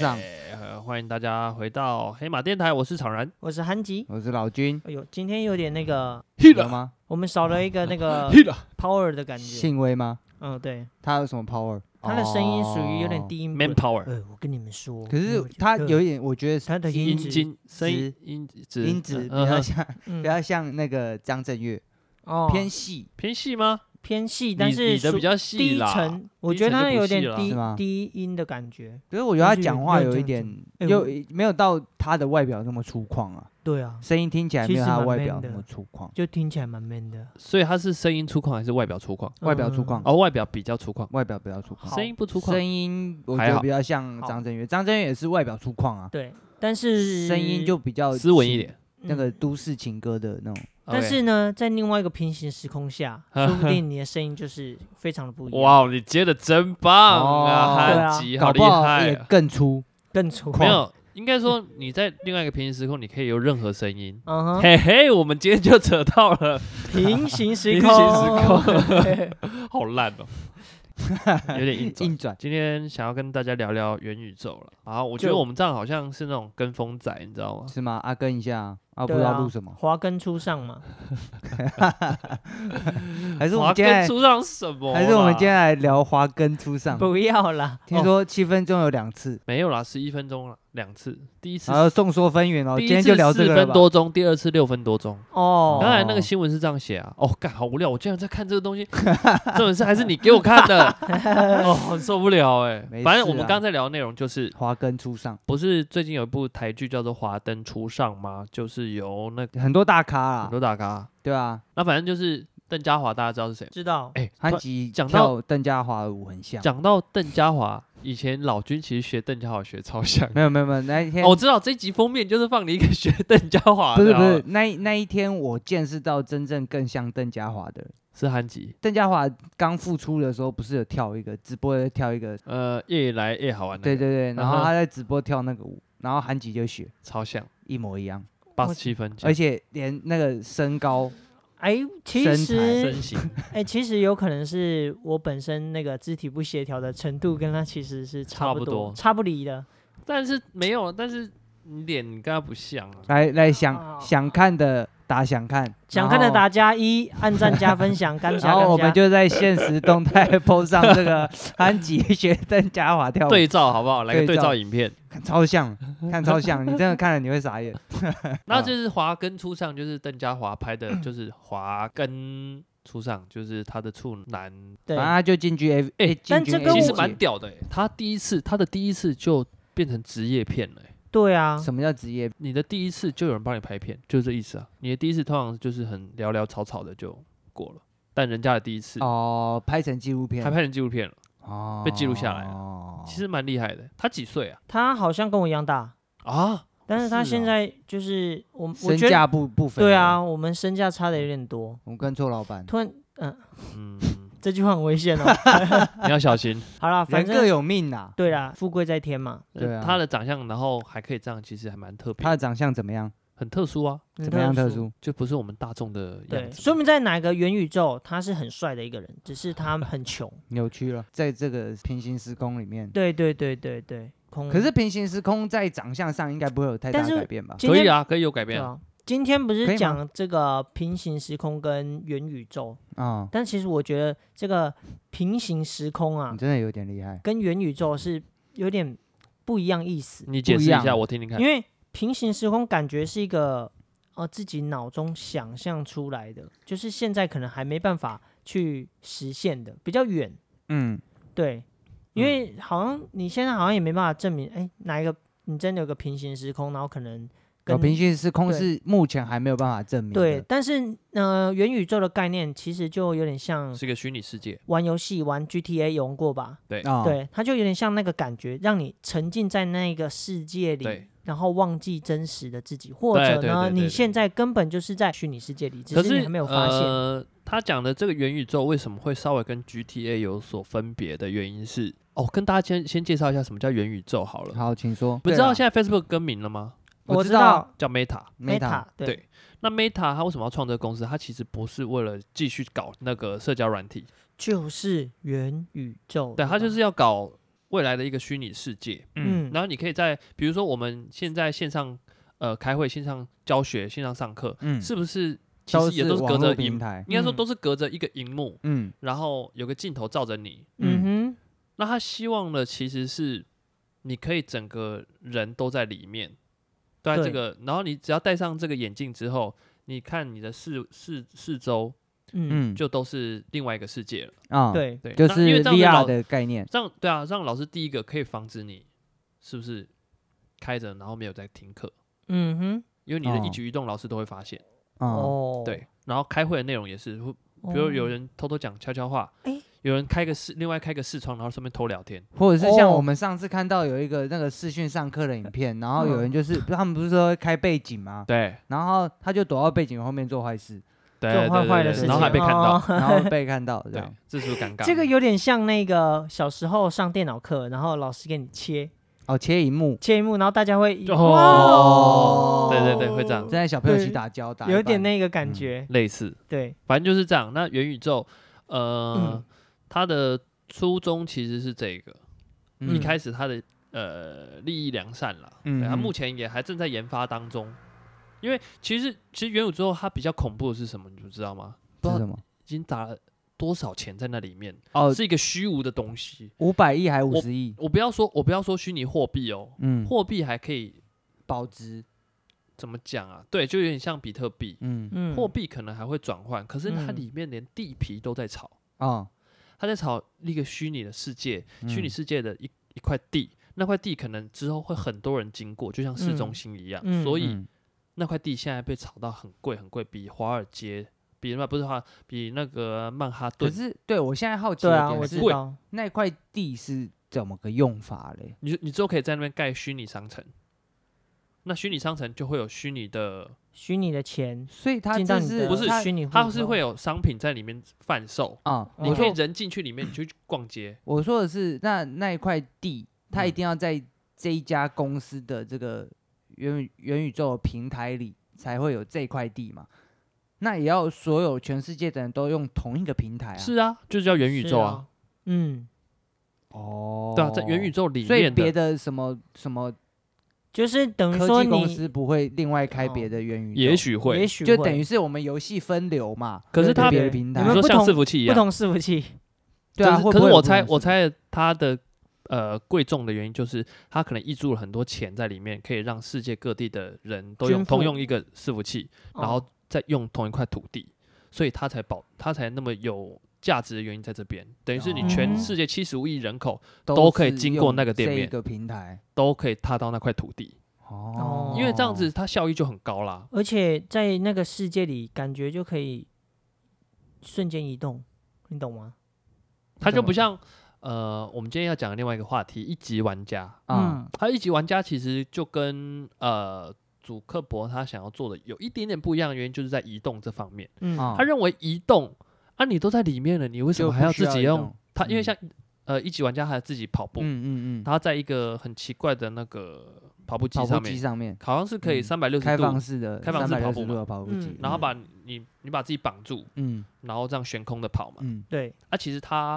上， 欢迎大家回到黑马电台，我是常然， 我是韩吉。 我是老君。 哎呦，今天有点那个， 有吗？ 我们少了一个那个 power 的感觉。 信威吗？ 嗯，对， 他有什么 power？ 他的声音属于有点低音 ，man power。 我跟你们说， 可是他有一点，我觉得他的音质金声音音质比较像那个张震岳，偏细偏细吗？ 偏细，但是你的比较细啦， 低沉，我觉得他有点低音的感觉。 可是我觉得他讲话有一点，又没有到他的外表那么粗犷啊。 对啊， 声音听起来没有他的外表那么粗犷， 就听起来蛮 man 的。 所以他是声音粗犷还是外表粗犷？ 外表粗犷。 哦，外表比较粗犷， 外表比较粗犷， 声音不粗犷。 声音我觉得比较像张震岳，张震岳也是外表粗犷啊。 对，但是声音就比较斯文一点， 那个都市情歌的那种。 但是呢，在另外一个平行时空下，说不定你的声音就是非常的不一样。 哇，你接的真棒啊，韩吉，好厉害， 也更粗。 没有，应该说你在另外一个平行时空，你可以有任何声音。嘿嘿，我们今天就扯到了平行时空， 好烂哦。有点硬转。 今天想要跟大家聊聊元宇宙了啊，我觉得我们这样好像是那种跟风仔，你知道吗？ 是吗？跟一下啊，不知道录什么。 华根初上嘛？ 还是我们今天初上什么？ 还是我们今天来聊华根初上？ 不要啦， 听说7分钟有2次， 没有啦，11分钟了2次，第一次然后众说纷纭哦。今天就聊这个了吧。 4分多钟，第二次6分多钟。 哦， 刚才那个新闻是这样写啊。哦，干好无聊，我竟然在看这个东西。这种事还是你给我看的，哦，很受不了哎。反正我们刚才聊的内容就是华根初上， 不是最近有一部台剧叫做《华灯初上》吗？就是由那很多大咖啦， 很多大咖， 对啊。 那反正就是邓家华，大家知道是谁？ 知道。 韩吉讲到邓家华的舞很像。 讲到邓家华，以前老君其实学邓家华学超像。 没有，那一天我知道这集封面就是放你一个学邓家华的。 不是，那一天我见识到真正更像邓家华的是韩吉。 邓家华刚复出的时候，不是有跳一个直播的跳一个越来越好玩的。 对，然后他在直播跳那个舞，然后韩吉就学， 超像， 一模一样 ，87分， 而且连那个身高。 其实身形， 其实有可能是我本身那个肢体不协调的程度跟他其实是差不多，差不离的。 但是没有，但是你脸跟他不像啊。 来想看的打想看， 想看的打+1，按赞加分享，干加。 然后我们就在限时动态 po 上这个韩吉学邓家华跳舞对照，好不好？来个对照影片， 看超像，你真的看了你会傻眼。 然后就是华根初上，就是邓家华拍的，就是华根初上，就是他的处男， 反正他就进军但这个其实蛮屌的。他的第一次就变成职业片了。 对啊， 什么叫职业？ 你的第一次就有人帮你拍片，就是这意思啊。你的第一次通常就是很潦潦草草的就过了，但人家的第一次拍成纪录片， 还拍成纪录片了，被记录下来了，其实蛮厉害的。他几岁啊？ 他好像跟我一样大啊， 但是他现在就是我身价不菲。 对啊，我们身价差的有点多。 我跟错老板， 突然这句话很危险哦， 你要小心。 好啦，反正人各有命啊。 对啦，富贵在天嘛。 对啊， 他的长相，然后还可以这样，其实还蛮特别。 他的长相怎么样？ 很特殊啊。 怎么样特殊？ 就不是我们大众的样子。 说明在哪个元宇宙，他是很帅的一个人，只是他很穷， 扭曲了，在这个平行时空里面。 对。 可是平行时空在长相上应该不会有太大的改变吧？ 可以啊，可以有改变啊。 今天不是讲这个平行时空跟元宇宙啊，但其实我觉得这个平行时空啊， 你真的有点厉害， 跟元宇宙是有点不一样意思。 你解释一下，我听听看。 因为平行时空感觉是一个自己脑中想象出来的，就是现在可能还没办法去实现的，比较远。对，因为好像你现在好像也没办法证明，哪一个你真的有个平行时空，然后可能。 平行时空是目前还没有办法证明的。 对，但是元宇宙的概念其实就有点像是一个虚拟世界。 玩游戏玩 GTA 有玩过吧？ 对， 对，它就有点像那个感觉，让你沉浸在那个世界里，然后忘记真实的自己，或者呢，你现在根本就是在虚拟世界里，只是你还没有发现。 他讲的这个元宇宙为什么会稍微跟 GTA 有所分别的原因是，跟大家先介绍一下什么叫元宇宙好了。 好，请说。 你们知道现在 Facebook 更名了吗？ 我知道， 叫 Meta。 对， 那 Meta 它为什么要创这个公司？它其实不是为了继续搞那个社交软体， 就是元宇宙。 对，它就是要搞未来的一个虚拟世界，然后你可以比如说我们现在线上开会、线上教学、线上上课，是不是其实也都是隔着平台， 应该说都是隔着一个荧幕，然后有个镜头照着你，那他希望的其实是你可以整个人都在里面，都在这个，然后你只要戴上这个眼镜之后，你看你的四周，就都是另外一个世界了。 对， 就是 VR 的概念。 这样对啊，让老师第一个可以防止你是不是开着，然后没有在听课。因为你的一举一动，老师都会发现。对，然后开会的内容也是，比如有人偷偷讲悄悄话，有人另外开个视窗，然后顺便偷聊天， 或者是像我们上次看到有一个那个视讯上课的影片，然后有人就是他们不是说会开背景吗？ 对， 然后他就躲到背景后面做坏事， 做坏的事情， 然后还被看到， 然后被看到， 对，这是不是尴尬？ 这个有点像那个小时候上电脑课，然后老师给你切荧幕， 然后大家会对，会这样， 在小朋友一起打交道， 有点那个感觉， 类似， 对， 反正就是这样。那元宇宙，它的初衷其实是这个，一开始它的利益良善啦，它目前也还正在研发当中。因为其实元宇宙它比较恐怖的是什么，你知道吗？ 是什么？ 已经打了多少钱在那里面？是一个虚无的东西 ，500亿还50亿？ 我不要说虚拟货币哦，货币还可以保值。 怎么讲啊？对，就有点像比特币，货币可能还会转换，可是它里面连地皮都在炒他在炒一个虚拟的世界，虚拟世界的一块地，那块地可能之后会很多人经过，就像市中心一样，所以那块地现在被炒到很贵很贵，比华尔街，比那个曼哈顿。 可是对我现在好奇的点是，那块地是怎么个用法嘞？ 你之后可以在那边盖虚拟商城，那虚拟商城就会有虚拟的钱， 所以它不是虚拟， 它是会有商品在里面贩售你可以人进去里面，你就去逛街。 我说的是那一块地，它一定要在这一家公司的这个元宇宙平台里才会有这块地嘛？那也要所有全世界的人都用同一个平台啊？ 是啊，就叫元宇宙啊。对啊，在元宇宙里面的， 所以别的什么就是等于说科技公司不会另外开别的元宇宙， 也许会， 就等于是我们游戏分流嘛。 可是它别的平台， 你说像伺服器一样， 不同伺服器。 对啊， 可是我猜它的贵重的原因就是它可能挹注了很多钱在里面，可以让世界各地的人都同用一个伺服器，然后再用同一块土地，所以它才那么有价值的原因在这边，等于是你全世界75亿人口都可以经过那个店面， 这个平台都可以踏到那块土地。因为这样子它效益就很高啦， 而且在那个世界里，感觉就可以瞬间移动，你懂吗？ 它就不像我们今天要讲的另外一个话题，一级玩家。它一级玩家其实就跟祖克伯他想要做的有一点点不一样的原因，就是在移动这方面。他认为移动你都在里面了，你为什么还要自己用它？因为像一级玩家还自己跑步，他在一个很奇怪的那个跑步机上面，好像是可以360度开放式跑步的跑步机， 然后你把自己绑住，然后这样悬空的跑嘛。 对。 其实他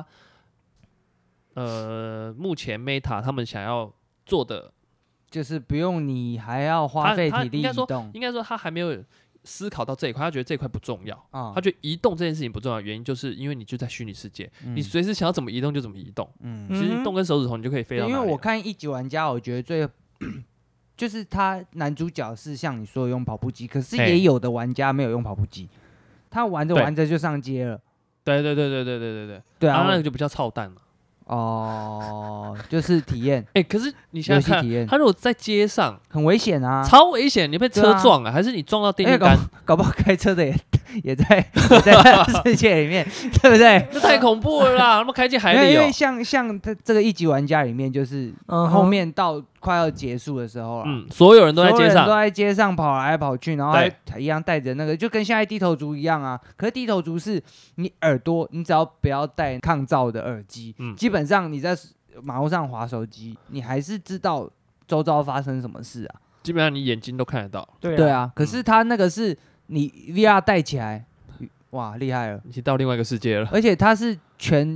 目前 Meta 他们想要做的， 就是不用你还要花费体力移动。 应该说他还没有思考到这一块，他觉得这一块不重要。他觉得移动这件事情不重要，原因就是因为你就在虚拟世界，你随时想要怎么移动就怎么移动。其实动根手指头你就可以飞到哪里。 因为我看一级玩家，我觉得就是他男主角是像你说的用跑步机，可是也有的玩家没有用跑步机，他玩着玩着就上街了。 对啊，那个就比较操蛋了。 就是体验。 可是你想想看，他如果在街上， 很危险啊， 超危险！你被车撞还是你撞到电线杆？ 搞不好开车的也在世界里面，对不对？ 这太恐怖了啦！他们开进海里因为像这个一级玩家里面，就是后面到快要结束的时候所有人都在街上跑来跑去，然后还一样带着那个，就跟现在低头族一样啊。可是低头族是你耳朵，你只要不要戴抗噪的耳机，基本上你在马路上滑手机，你还是知道周遭发生什么事啊。 基本上你眼睛都看得到。 对啊，可是他那个是你 VR 戴起来，哇，厉害了， 你到另外一个世界了。 而且它是全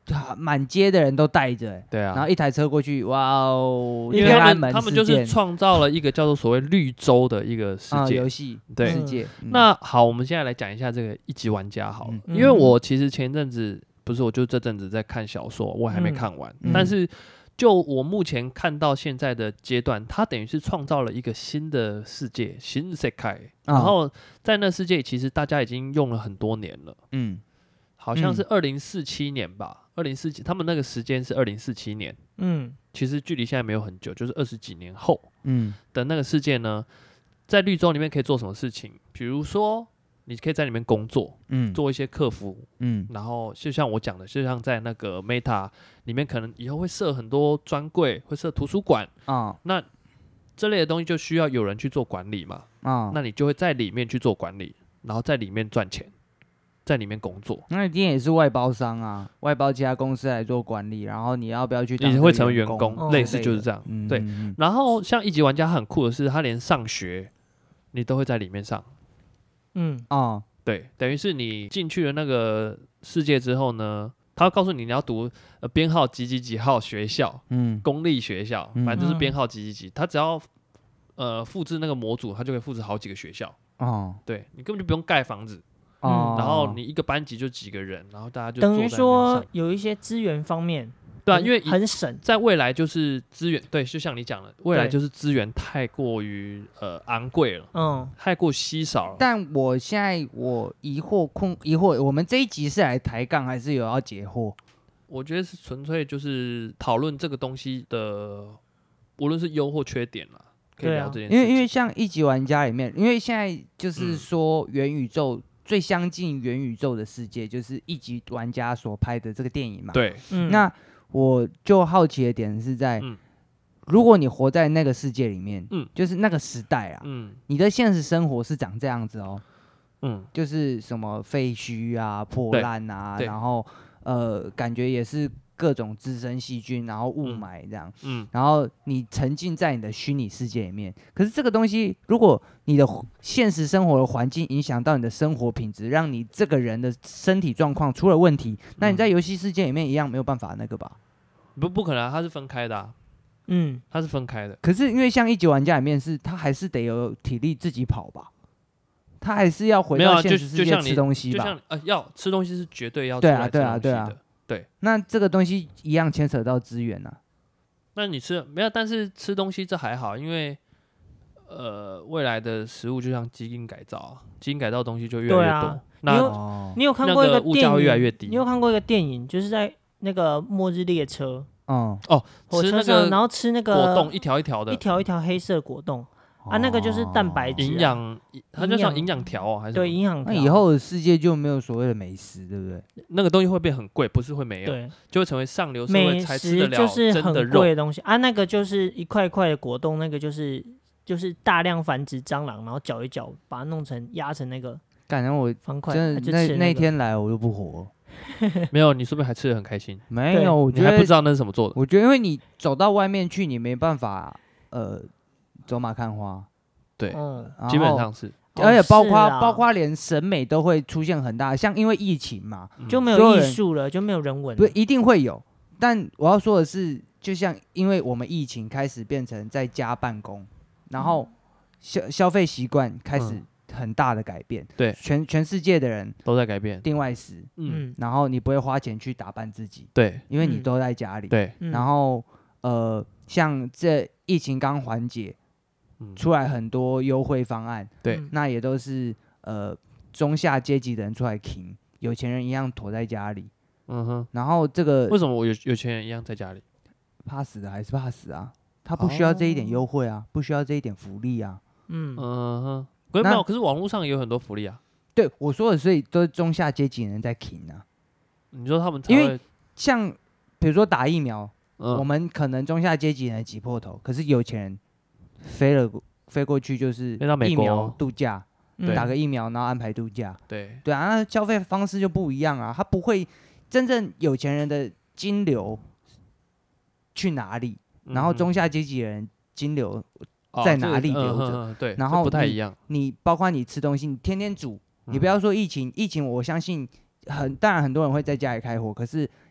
满街的人都带着， 对啊， 然后一台车过去，哇哦， 因为他们就是创造了一个叫做所谓绿洲的一个世界游戏世界。 那好，我们现在来讲一下这个一级玩家好了，因为我其实前阵子不是，我就这阵子在看小说，我还没看完，但是就我目前看到现在的阶段，它等于是创造了一个新的世界，新世界，然后在那世界其实大家已经用了很多年了，好像是2047年吧，2047，他们那个时间是2047年，其实距离现在没有很久，就是20几年后，的那个世界呢，在绿洲里面可以做什么事情？比如说，你可以在里面工作，做一些客服，然后就像我讲的，就像在那个 Meta 里面，可能以后会设很多专柜，会设图书馆那这类的东西就需要有人去做管理嘛，那你就会在里面去做管理，然后在里面赚钱。在里面工作， 那一定也是外包商啊，外包其他公司来做管理，然后你要不要去当？ 你会成为员工，类似就是这样。对，然后像一级玩家很酷的是，他连上学你都会在里面上。对，等于是你进去了那个世界之后呢，他会告诉你你要读编号几几几号学校，公立学校，反正就是编号几几几，他只要复制那个模组，他就可以复制好几个学校。对，你根本就不用盖房子。然后你一个班级就几个人，然后大家就等于说有一些资源方面， 对啊，因为很省， 在未来就是资源，对，就像你讲的，未来就是资源太过于昂贵了，太过稀少了。 但我现在疑惑，我们这一集是来抬杠还是有要解惑？ 我觉得是纯粹就是讨论这个东西的，无论是优或缺点啦，可以聊这件事情。 因为像一级玩家里面，因为现在就是说元宇宙。最相近元宇宙的世界就是一级玩家所拍的这个电影嘛。 对， 那我就好奇的点是在，如果你活在那个世界里面，就是那个时代啊，你的现实生活是长这样子哦，就是什么废墟啊、破烂啊，然后感觉也是各种滋生细菌，然后雾霾这样，然后你沉浸在你的虚拟世界里面。可是这个东西，如果你的现实生活的环境影响到你的生活品质，让你这个人的身体状况出了问题，那你在游戏世界里面一样没有办法那个吧？ 不可能啊，它是分开的啊。它是分开的。 可是因为像一级玩家里面他还是得有体力自己跑吧？他还是要回到现实世界吃东西吧？ 就像要吃东西是绝对要出来吃东西的。对， 那这个东西一样牵扯到资源啊。 那你吃没有？但是吃东西这还好，因为未来的食物就像基因改造啊，基因改造的东西就越来越多。 你有看过一个物价会越来越低。 你有看过一个电影，就是在那个末日列车，火车上，然后吃那个果冻，一条一条的， 一条一条黑色果冻。那个就是蛋白质、 营养，它就像营养条还是对营养条。 那以后的世界就没有所谓的美食，对不对？ 那个东西会变很贵，不是会没有， 对， 就会成为上流社会才吃得了真的肉。 美食就是很贵的东西啊，那个就是一块一块的果冻，那个就是大量繁殖蟑螂，然后搅一搅，把它弄成压成那个。 感觉我方块， 真的那天来我就不活。 没有，你是不是还吃得很开心？ 没有，我觉得你还不知道那是什么做的。 我觉得因为你走到外面去，你没办法走马看花。 对，基本上是， 而且包括连审美都会出现很大，像因为疫情嘛， 就没有艺术了，就没有人文。 对，一定会有。但我要说的是，就像因为我们疫情开始变成在家办公，然后消费习惯开始很大的改变。 对， 全世界的人都在改变， 订外食，然后你不会花钱去打扮自己， 对， 因为你都在家里。 对， 然后像这疫情刚缓解。出来很多优惠方案， 对， 那也都是中下阶级的人出来挺，有钱人一样躲在家里。然后这个为什么我有钱人一样在家里？ 怕死的还是怕死啊？他不需要这一点优惠啊，不需要这一点福利啊。 没有，可是网络上也有很多福利啊。 对，我说的，所以都是中下阶级人在挺啊。 你说他们因为像比如说打疫苗，我们可能中下阶级人挤破头，可是有钱人。飞过去就是疫苗度假，打个疫苗然后安排度假， 对啊，那消费方式就不一样啊，他不会真正有钱人的金流去哪里，然后中下阶级人金流在哪里留着， 对， 然后不太一样。 你包括你吃东西，你天天煮，你不要说疫情我相信当然很多人会在家里开火，可是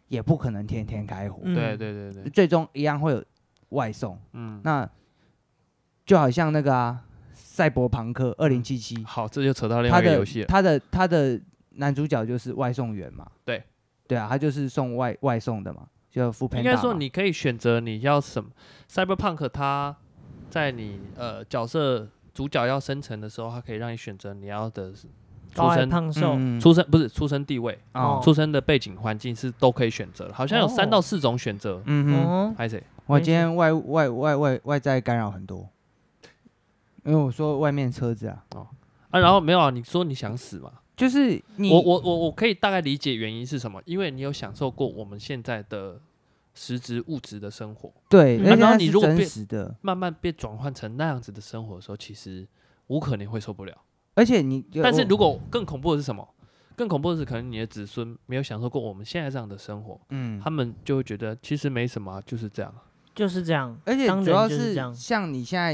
也不可能天天开火。 对对对对， 最终一样会有外送。那就好像那个赛博朋克2077， 好，这就扯到另外一个游戏了。 他的男主角就是外送员嘛。 对对啊，他就是送外送的嘛，就Foodpanda。应该说你可以选择你要什么。Cyberpunk 它在你角色主角要生成的时候，它可以让你选择你要的高矮胖瘦， 不是出生地位，出生的背景环境是都可以选择的，好像有3到4种选择。拍谁？ 我今天外在干扰很多，因为我说外面车子然后没有你说你想死嘛？ 就是我可以大概理解原因是什么，因为你有享受过我们现在的实质物质的生活， 对， 然后你如果慢慢被转换成那样子的生活的时候，其实无可能会受不了。 而且但是如果更恐怖的是什么？更恐怖的是可能你的子孙没有享受过我们现在这样的生活，他们就会觉得其实没什么，就是这样， 就是这样。 而且主要是像你现在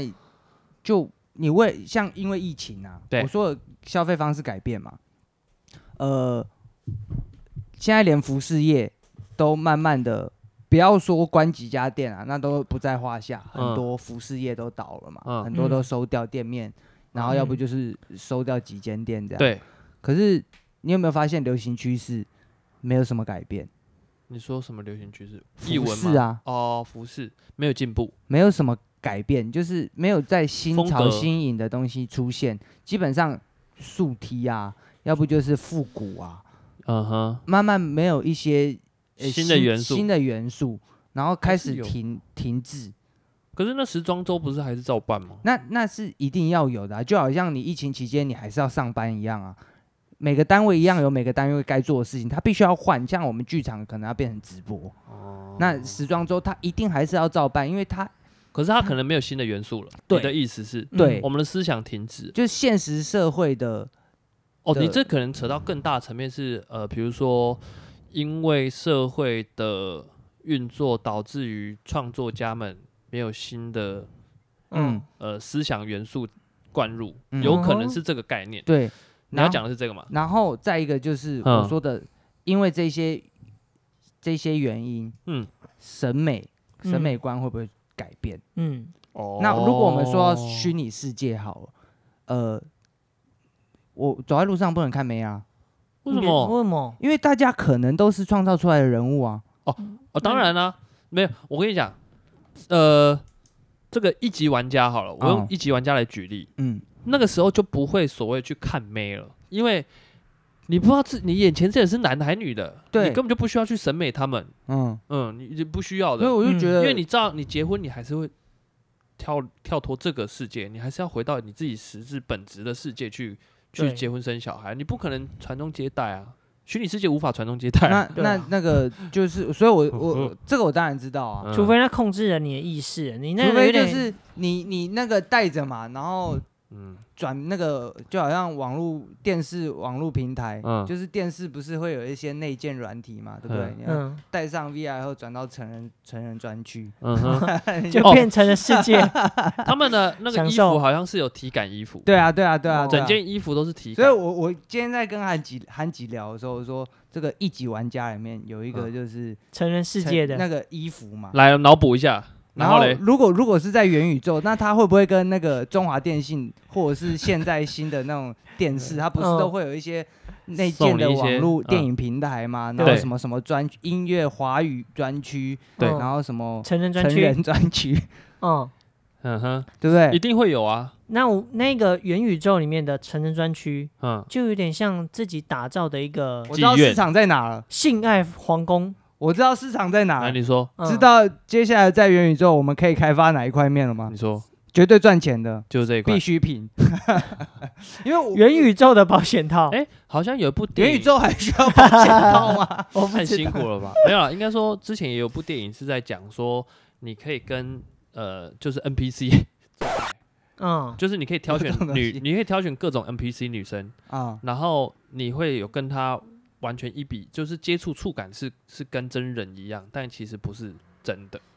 因为疫情我说的消费方式改变嘛，现在连服饰业都慢慢的。不要说关几家店那都不在话下。很多服饰业都倒了嘛，很多都收掉店面，然后要不就是收掉几间店这样。 对。 可是你有没有发现流行趋势没有什么改变？ 你说什么流行趋势？ 服饰啊。 服饰没有进步， 没有什么改变，就是没有在新潮新颖的东西出现，基本上素 T 要不就是复古慢慢没有一些。新的元素，然后开始停滞。 可是那时装周不是还是照办吗？ 那是一定要有的就好像你疫情期间你还是要上班一样每个单位一样有每个单位该做的事情，它必须要换。像我们剧场可能要变成直播，那时装周它一定还是要照办，因为可是它可能没有新的元素了。你的意思是， 对， 我们的思想停止， 就是现实社会的。 你这可能扯到更大的层面是比如说。因为社会的运作导致于创作家们没有新的思想元素灌入，有可能是这个概念。 对， 你要讲的是这个嘛？ 然后再一个就是我说的，因为这些原因，审美观会不会改变？那如果我们说虚拟世界好了，我走在路上不能看妹为什么？ 因为大家可能都是创造出来的人物当然啦，没有。我跟你讲，这个1级玩家好了，我用1级玩家来举例。那个时候就不会所谓去看妹了，因为你不知道你眼前这人是男的还是女的，你根本就不需要去审美他们。你不需要的。 所以我就觉得， 因为你知道，你结婚你还是会跳脱这个世界，你还是要回到你自己实质本质的世界去结婚生小孩，你不可能传宗接代虚拟世界无法传宗接代。 那个就是，所以我这个我当然知道除非他控制了你的意识，你那除非就是你那个带着嘛，然后转那个就好像电视网络平台，就是电视不是会有一些内建软体嘛，对不对？你要带上 VR 后转到成人专区， 就变成了世界。 他们的那个衣服好像是有体感衣服， 对啊， 整件衣服都是体感。 所以我今天在跟韩吉聊的时候说，这个1级玩家里面有一个就是成人世界的那个衣服嘛， 来脑补一下。 然后如果是在元宇宙，那它会不会跟那个中华电信或者是现在新的那种电视，它不是都会有一些内建的网络电影平台吗？然后什么什么音乐华语专区，然后什么成人专区，对不对？ 一定会有啊。 那个元宇宙里面的成人专区，就有点像自己打造的一个， 我知道市场在哪了， 性爱皇宫。 我知道市场在哪， 你说， 知道接下来在元宇宙我们可以开发哪一块面了吗？ 你说， 绝对赚钱的， 就是这一块必需品。因为元宇宙的保险套， 好像有一部电影， 元宇宙还需要保险套吗？ 太辛苦了吧？没有啦，应该说之前也有部电影是在讲说，你可以跟就是 NPC，就是你可以挑选你可以挑选各种 NPC 女生然后你会有跟她。完全一比，就是接触触感是跟真人一样，但其实不是真的。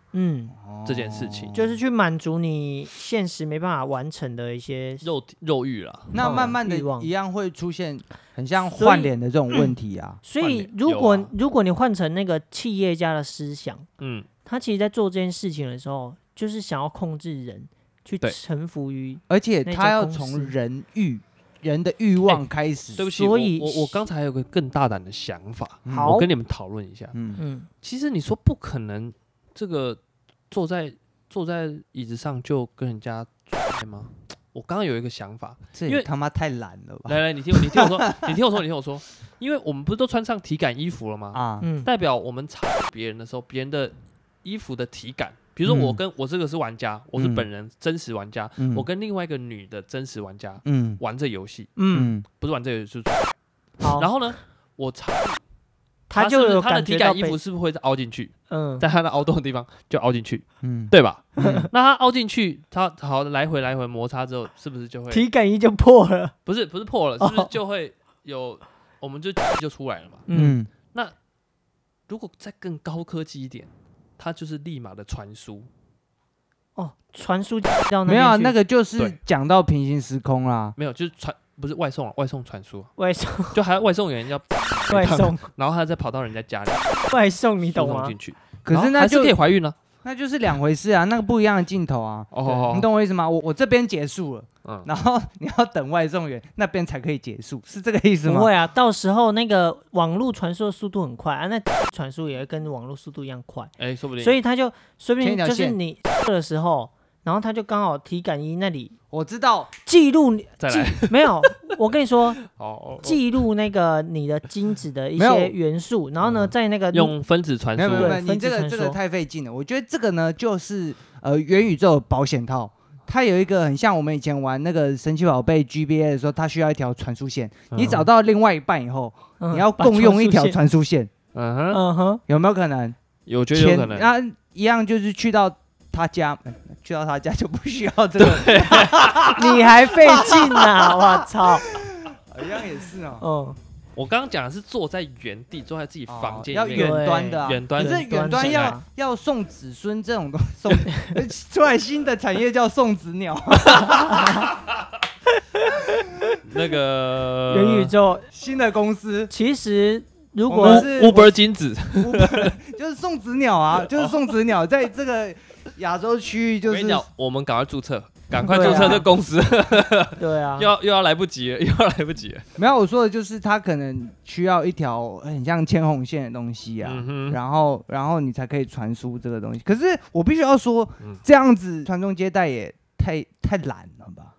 这件事情， 就是去满足你现实没办法完成的一些肉欲啦。 那慢慢的一样会出现很像换脸的这种问题啊。 所以如果你换成那个企业家的思想，他其实在做这件事情的时候，就是想要控制人，去臣服于， 而且他要从人的欲望开始。 对不起，我刚才有个更大胆的想法，我跟你们讨论一下。其实你说不可能，这个坐在椅子上就跟人家做吗？我刚刚有一个想法， 这也他妈太懒了吧！ 来，你听我说，你听我说，因为我们不是都穿上体感衣服了吗？代表我们查别人的时候，别人的衣服的体感。比如说我这个是玩家，我是本人真实玩家，我跟另外一个女的真实玩家玩这游戏，不是玩这游戏，然后呢，我查他的体感衣服是不是会凹进去？在他的凹洞的地方就凹进去，对吧？那他凹进去，他好来回摩擦之后，是不是就会体感衣就破了？ 不是破了，是不是就会有我们就出来了嘛？那如果再更高科技一点。它就是立马的传输， 传输到那边没有啊，那个就是讲到平行时空啦， 没有，就是不是外送传输， 外送就还有外送员要外送， 然后他再跑到人家家里外送，你懂吗？ 进去， 可是那还是可以怀孕了。 那就是两回事啊，那个不一样的镜头啊，你懂我意思吗？我这边结束了，然后你要等外送员那边才可以结束，是这个意思吗？ 不会啊，到时候那个网络传输的速度很快啊，那传输也会跟网络速度一样快， 说不定， 所以他就说不定就是你的时候，然后他就刚好体感衣那里， 我知道记录没有，我跟你说，记录那个你的精子的一些元素，然后呢，在那个用分子传输， 没有，你这个太费劲了。我觉得这个呢，就是元宇宙保险套，它有一个很像我们以前玩那个神奇宝贝 GBA 的时候，它需要一条传输线，你找到另外一半以后，你要共用一条传输线，有没有可能？ 我觉得有可能。 那一样就是去到他家就不需要这个， 你还费劲啊！我操， 一样也是哦。 我刚刚讲的是坐在原地，坐在自己房间， 要远端的， 远端。 可是远端要送子孙这种东西，出来新的产业叫送子鸟。 那个元宇宙新的公司， 其实如果是 Uber 金子， 就是送子鸟啊，就是送子鸟，在这个亚洲区域，就是我们赶快注册。赶快注册这公司， 对啊， 又要来不及了， 没有，我说的就是他可能需要一条很像牵红线的东西啊，然后你才可以传输这个东西。可是我必须要说，这样子传宗接代也太懒了吧？